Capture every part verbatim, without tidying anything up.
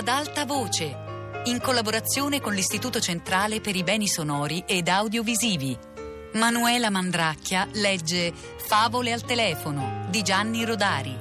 Ad alta voce, in collaborazione con l'Istituto Centrale per i Beni Sonori ed Audiovisivi. Manuela Mandracchia legge Favole al telefono di Gianni Rodari.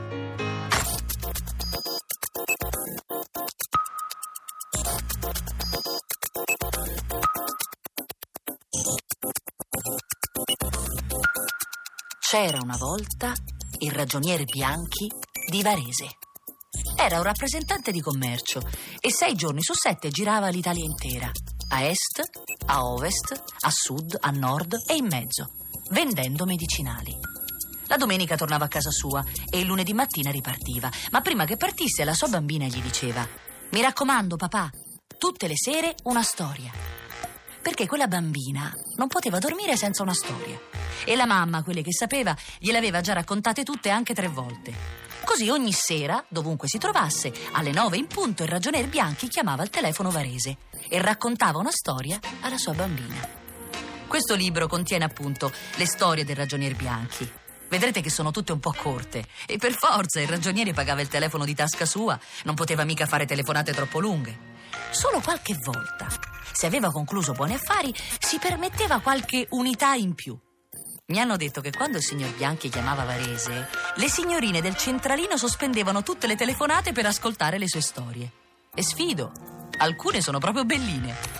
C'era una volta il ragionier Bianchi di Varese. Era un rappresentante di commercio e sei giorni su sette girava l'Italia intera, a est, a ovest, a sud, a nord e in mezzo, vendendo medicinali. La domenica tornava a casa sua e il lunedì mattina ripartiva, ma prima che partisse la sua bambina gli diceva: «Mi raccomando, papà, tutte le sere una storia». Perché quella bambina non poteva dormire senza una storia. E la mamma, quelle che sapeva, gliele aveva già raccontate tutte anche tre volte. Così ogni sera, dovunque si trovasse, alle nove in punto il ragionier Bianchi chiamava il telefono varese e raccontava una storia alla sua bambina. Questo libro contiene appunto le storie del ragionier Bianchi. Vedrete che sono tutte un po' corte e per forza il ragioniere pagava il telefono di tasca sua, non poteva mica fare telefonate troppo lunghe. Solo qualche volta, se aveva concluso buoni affari, si permetteva qualche unità in più. Mi hanno detto che quando il signor Bianchi chiamava Varese, le signorine del centralino sospendevano tutte le telefonate per ascoltare le sue storie. E sfido, alcune sono proprio belline.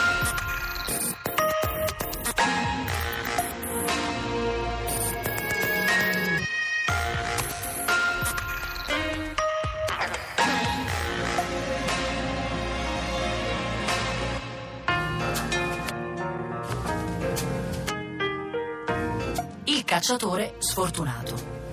Il cacciatore sfortunato.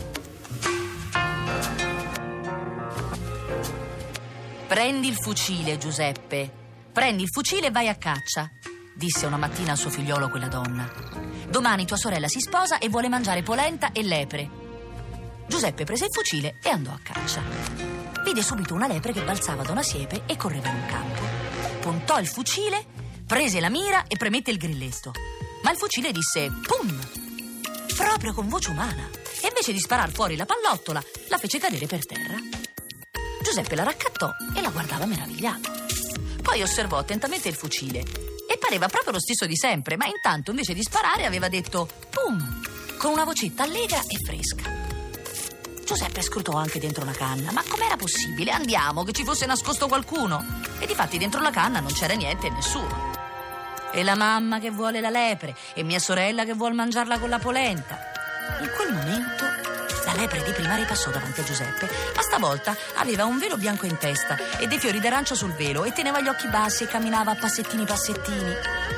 Prendi il fucile, Giuseppe. Prendi il fucile e vai a caccia, disse una mattina al suo figliolo quella donna. Domani tua sorella si sposa e vuole mangiare polenta e lepre. Giuseppe prese il fucile e andò a caccia. Vide subito una lepre che balzava da una siepe e correva in un campo. Puntò il fucile, prese la mira e premette il grilletto. Ma il fucile disse pum! Proprio con voce umana, e invece di sparar fuori la pallottola la fece cadere per terra. Giuseppe la raccattò e la guardava meravigliato. Poi osservò attentamente il fucile e pareva proprio lo stesso di sempre, ma intanto invece di sparare aveva detto pum, con una vocetta allegra e fresca. Giuseppe scrutò anche dentro la canna, ma com'era possibile? Andiamo, che ci fosse nascosto qualcuno. E difatti dentro la canna non c'era niente e nessuno. E la mamma che vuole la lepre e mia sorella che vuol mangiarla con la polenta. In quel momento la lepre di prima ripassò davanti a Giuseppe, ma stavolta aveva un velo bianco in testa e dei fiori d'arancio sul velo e teneva gli occhi bassi e camminava a passettini passettini.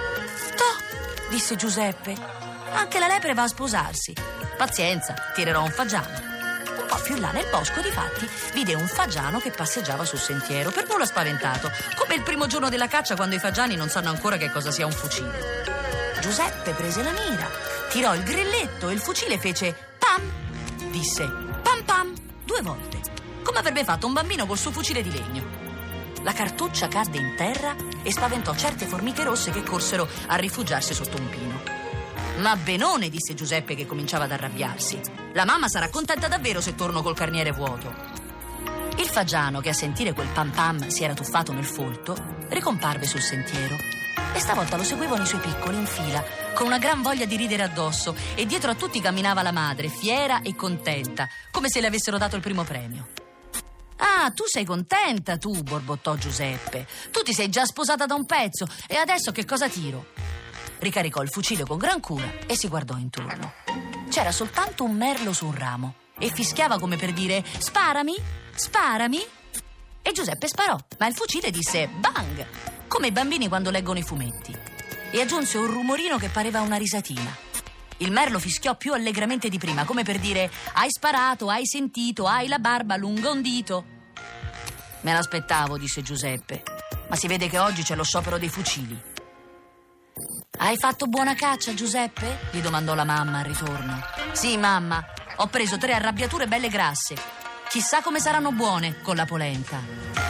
Toh, disse Giuseppe, anche la lepre va a sposarsi. Pazienza, tirerò un fagiano. Un po' più là nel bosco, difatti, vide un fagiano che passeggiava sul sentiero, per nulla spaventato, come il primo giorno della caccia quando i fagiani non sanno ancora che cosa sia un fucile. Giuseppe prese la mira, tirò il grilletto e il fucile fece pam, disse pam pam due volte, come avrebbe fatto un bambino col suo fucile di legno. La cartuccia cadde in terra e spaventò certe formiche rosse che corsero a rifugiarsi sotto un pino. Ma benone, disse Giuseppe che cominciava ad arrabbiarsi. La mamma sarà contenta davvero se torno col carniere vuoto. Il fagiano, che a sentire quel pam pam si era tuffato nel folto, ricomparve sul sentiero e stavolta lo seguivano i suoi piccoli in fila, con una gran voglia di ridere addosso, e dietro a tutti camminava la madre, fiera e contenta, come se le avessero dato il primo premio. «Ah, tu sei contenta, tu», borbottò Giuseppe. «Tu ti sei già sposata da un pezzo, e adesso che cosa tiro?» Ricaricò il fucile con gran cura e si guardò intorno. C'era soltanto un merlo su un ramo e fischiava come per dire «Sparami, sparami!» E Giuseppe sparò, ma il fucile disse «Bang!», come i bambini quando leggono i fumetti, e aggiunse un rumorino che pareva una risatina. Il merlo fischiò più allegramente di prima, come per dire «Hai sparato, hai sentito, hai la barba lunga un dito». «Me l'aspettavo», disse Giuseppe, «ma si vede che oggi c'è lo sciopero dei fucili». «Hai fatto buona caccia, Giuseppe?» gli domandò la mamma al ritorno. «Sì, mamma, ho preso tre arrabbiature belle grasse. Chissà come saranno buone con la polenta».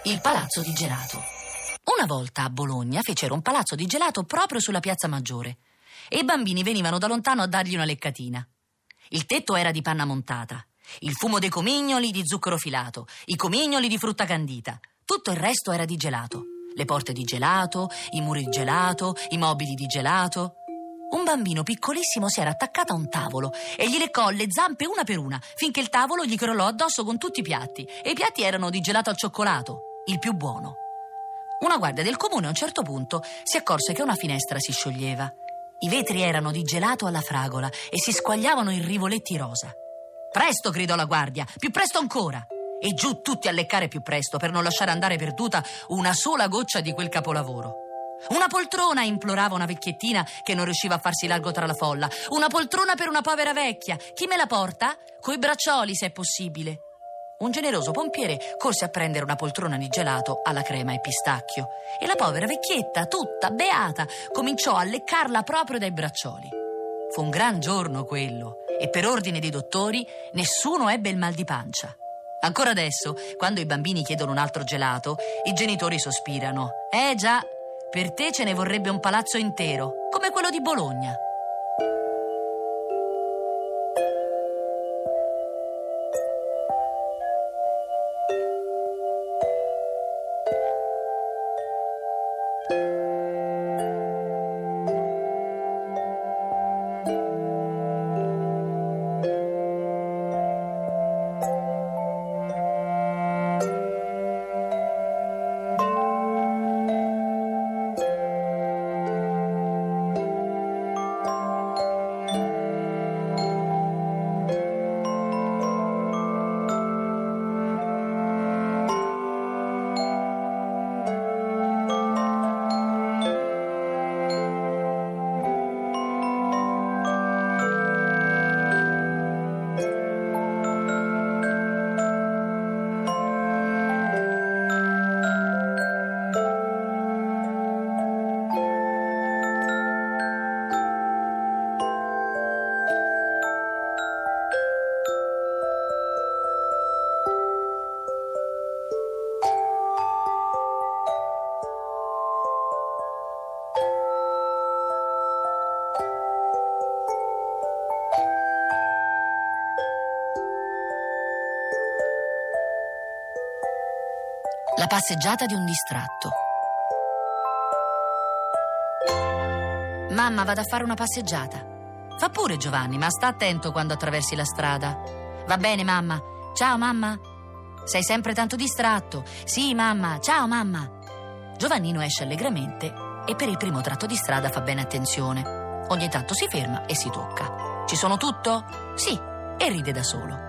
Il palazzo di gelato. Una volta a Bologna fecero un palazzo di gelato proprio sulla piazza Maggiore e i bambini venivano da lontano a dargli una leccatina. Il tetto era di panna montata, il fumo dei comignoli di zucchero filato, i comignoli di frutta candita. Tutto il resto era di gelato. Le porte di gelato, i muri di gelato, i mobili di gelato. Un bambino piccolissimo si era attaccato a un tavolo e gli leccò le zampe una per una finché il tavolo gli crollò addosso con tutti i piatti. E i piatti erano di gelato al cioccolato, il più buono. Una guardia del comune a un certo punto si accorse che una finestra si scioglieva. I vetri erano di gelato alla fragola e si squagliavano in rivoletti rosa. «Presto!» gridò la guardia, «più presto ancora!» E giù tutti a leccare più presto per non lasciare andare perduta una sola goccia di quel capolavoro. «Una poltrona!» implorava una vecchiettina che non riusciva a farsi largo tra la folla. «Una poltrona per una povera vecchia! Chi me la porta? Coi braccioli, se è possibile!» Un generoso pompiere corse a prendere una poltrona di gelato alla crema e pistacchio e la povera vecchietta, tutta beata, cominciò a leccarla proprio dai braccioli. Fu un gran giorno quello e per ordine dei dottori nessuno ebbe il mal di pancia. Ancora adesso, quando i bambini chiedono un altro gelato, i genitori sospirano. «Eh già, per te ce ne vorrebbe un palazzo intero, come quello di Bologna». La passeggiata di un distratto. Mamma, vado a fare una passeggiata. Fa pure, Giovanni, ma sta attento quando attraversi la strada. Va bene, mamma. Ciao, mamma. Sei sempre tanto distratto. Sì, mamma. Ciao, mamma. Giovannino esce allegramente e per il primo tratto di strada fa bene attenzione. Ogni tanto si ferma e si tocca. Ci sono tutto? Sì, e ride da solo.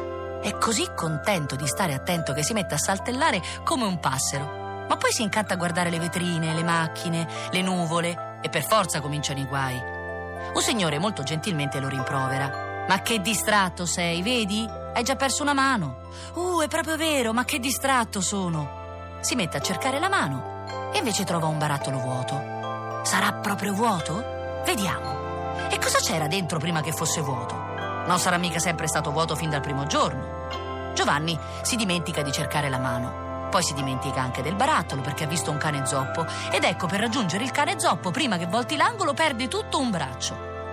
È così contento di stare attento che si mette a saltellare come un passero. Ma poi si incanta a guardare le vetrine, le macchine, le nuvole e per forza cominciano i guai. Un signore molto gentilmente lo rimprovera. Ma che distratto sei, vedi? Hai già perso una mano. Uh, è proprio vero, ma che distratto sono. Si mette a cercare la mano e invece trova un barattolo vuoto. Sarà proprio vuoto? Vediamo. E cosa c'era dentro prima che fosse vuoto? Non sarà mica sempre stato vuoto fin dal primo giorno. Giovanni si dimentica di cercare la mano. Poi si dimentica anche del barattolo perché ha visto un cane zoppo. Ed ecco, per raggiungere il cane zoppo, prima che volti l'angolo, perde tutto un braccio.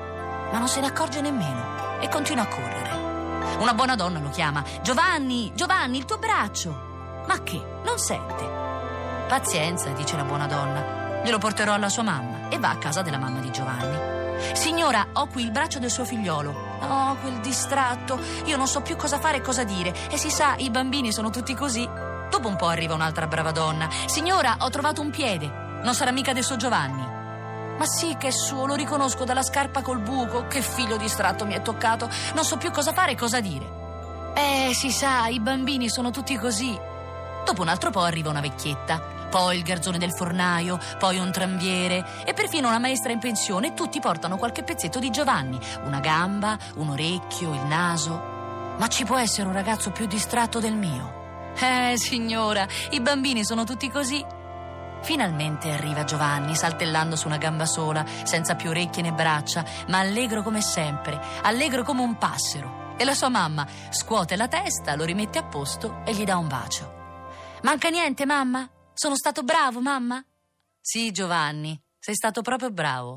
Ma non se ne accorge nemmeno e continua a correre. Una buona donna lo chiama. Giovanni, Giovanni, il tuo braccio. Ma che? Non sente? Pazienza, dice la buona donna. Glielo porterò alla sua mamma e va a casa della mamma di Giovanni. Signora, ho qui il braccio del suo figliolo. Oh, quel distratto. Io non so più cosa fare e cosa dire. E si sa, i bambini sono tutti così. Dopo un po' arriva un'altra brava donna. Signora, ho trovato un piede. Non sarà mica del suo Giovanni? Ma sì che è suo, lo riconosco dalla scarpa col buco. Che figlio distratto mi è toccato. Non so più cosa fare e cosa dire. Eh, si sa, i bambini sono tutti così. Dopo un altro po' arriva una vecchietta. Poi il garzone del fornaio, poi un tranviere e perfino una maestra in pensione e tutti portano qualche pezzetto di Giovanni, una gamba, un orecchio, il naso. Ma ci può essere un ragazzo più distratto del mio? Eh, signora, i bambini sono tutti così. Finalmente arriva Giovanni, saltellando su una gamba sola, senza più orecchie né braccia, ma allegro come sempre, allegro come un passero. E la sua mamma scuote la testa, lo rimette a posto e gli dà un bacio. Manca niente, mamma? Sono stato bravo, mamma? Sì, Giovanni, sei stato proprio bravo.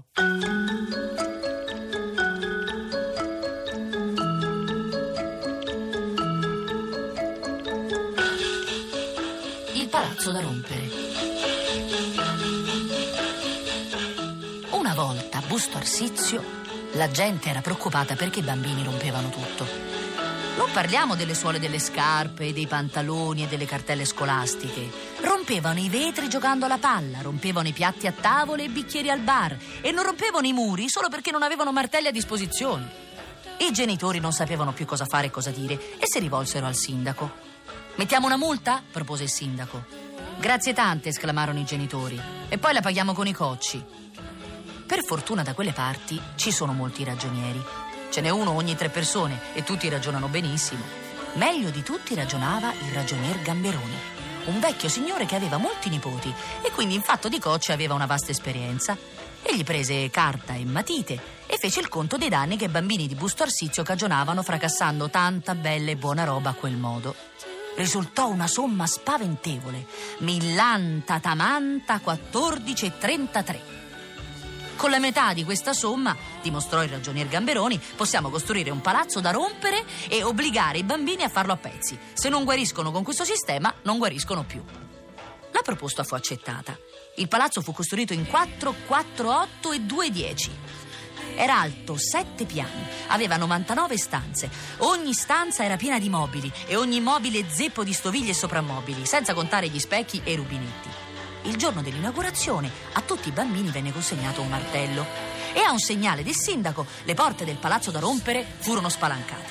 Il palazzo da rompere. Una volta a Busto Arsizio la gente era preoccupata perché i bambini rompevano tutto. Non parliamo delle suole delle scarpe, dei pantaloni e delle cartelle scolastiche. Rompevano i vetri giocando alla palla, rompevano i piatti a tavola e i bicchieri al bar e non rompevano i muri solo perché non avevano martelli a disposizione. I genitori non sapevano più cosa fare e cosa dire e si rivolsero al sindaco. «Mettiamo una multa?» propose il sindaco. «Grazie tante», esclamarono i genitori, «e poi la paghiamo con i cocci». Per fortuna da quelle parti ci sono molti ragionieri. Ce n'è uno ogni tre persone e tutti ragionano benissimo. Meglio di tutti ragionava il ragionier Gamberoni, un vecchio signore che aveva molti nipoti e quindi in fatto di cocce aveva una vasta esperienza. Egli prese carta e matite e fece il conto dei danni che i bambini di Busto Arsizio cagionavano fracassando tanta bella e buona roba a quel modo. Risultò una somma spaventevole: millanta tamanta quattordici e trentatré. Con la metà di questa somma, dimostrò il ragionier Gamberoni, possiamo costruire un palazzo da rompere e obbligare i bambini a farlo a pezzi. Se non guariscono con questo sistema, non guariscono più. La proposta fu accettata. Il palazzo fu costruito in quattro, quattro, otto e due dieci. Era alto sette piani, aveva novantanove stanze. Ogni stanza era piena di mobili e ogni mobile zeppo di stoviglie e soprammobili, senza contare gli specchi e i rubinetti. Il giorno dell'inaugurazione a tutti i bambini venne consegnato un martello e a un segnale del sindaco le porte del palazzo da rompere furono spalancate.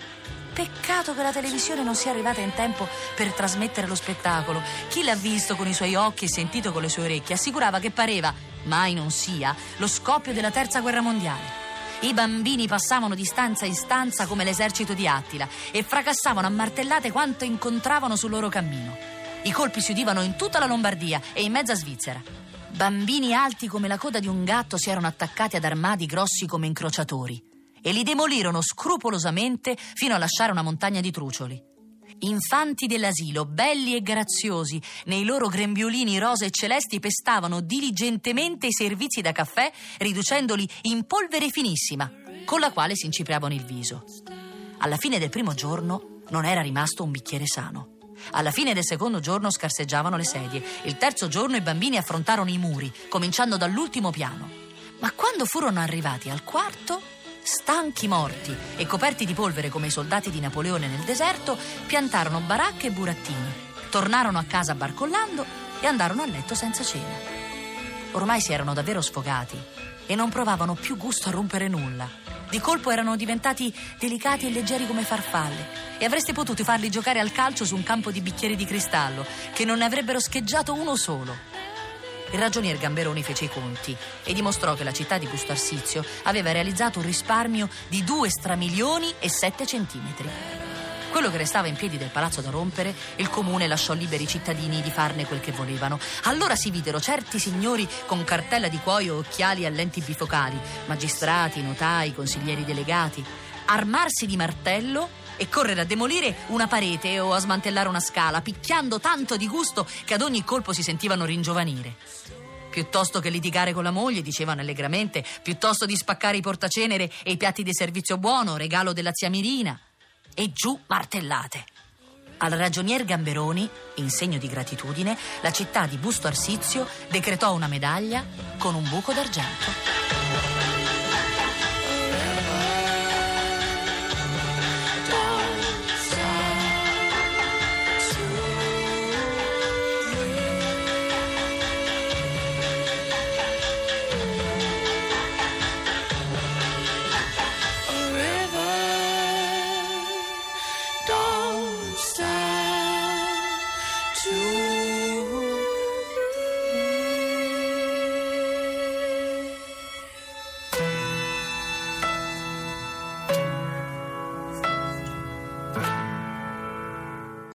Peccato che la televisione non sia arrivata in tempo per trasmettere lo spettacolo. Chi l'ha visto con i suoi occhi e sentito con le sue orecchie assicurava che pareva, mai non sia, lo scoppio della terza guerra mondiale. I bambini passavano di stanza in stanza come l'esercito di Attila e fracassavano a martellate quanto incontravano sul loro cammino. I colpi si udivano in tutta la Lombardia e in mezza Svizzera. Bambini alti come la coda di un gatto si erano attaccati ad armadi grossi come incrociatori e li demolirono scrupolosamente fino a lasciare una montagna di trucioli. Infanti dell'asilo, belli e graziosi, nei loro grembiulini rosa e celesti pestavano diligentemente i servizi da caffè, riducendoli in polvere finissima, con la quale si incipriavano il viso. Alla fine del primo giorno non era rimasto un bicchiere sano. Alla fine del secondo giorno scarseggiavano le sedie. Il terzo giorno i bambini affrontarono i muri, cominciando dall'ultimo piano. Ma quando furono arrivati al quarto, stanchi morti e coperti di polvere come i soldati di Napoleone nel deserto, piantarono baracche e burattini, tornarono a casa barcollando e andarono a letto senza cena. Ormai si erano davvero sfogati e non provavano più gusto a rompere nulla. Di colpo erano diventati delicati e leggeri come farfalle e avreste potuto farli giocare al calcio su un campo di bicchieri di cristallo, che non ne avrebbero scheggiato uno solo. Il ragionier Gamberoni fece i conti e dimostrò che la città di Busto Arsizio aveva realizzato un risparmio di due stramilioni e sette centimetri. Quello che restava in piedi del palazzo da rompere, il comune lasciò liberi i cittadini di farne quel che volevano. Allora si videro certi signori con cartella di cuoio e occhiali a lenti bifocali, magistrati, notai, consiglieri delegati, armarsi di martello e correre a demolire una parete o a smantellare una scala, picchiando tanto di gusto che ad ogni colpo si sentivano ringiovanire. Piuttosto che litigare con la moglie, dicevano allegramente, piuttosto di spaccare i portacenere e i piatti di servizio buono, regalo della zia Mirina. E giù martellate. Al ragionier Gamberoni, in segno di gratitudine, la città di Busto Arsizio decretò una medaglia con un buco d'argento.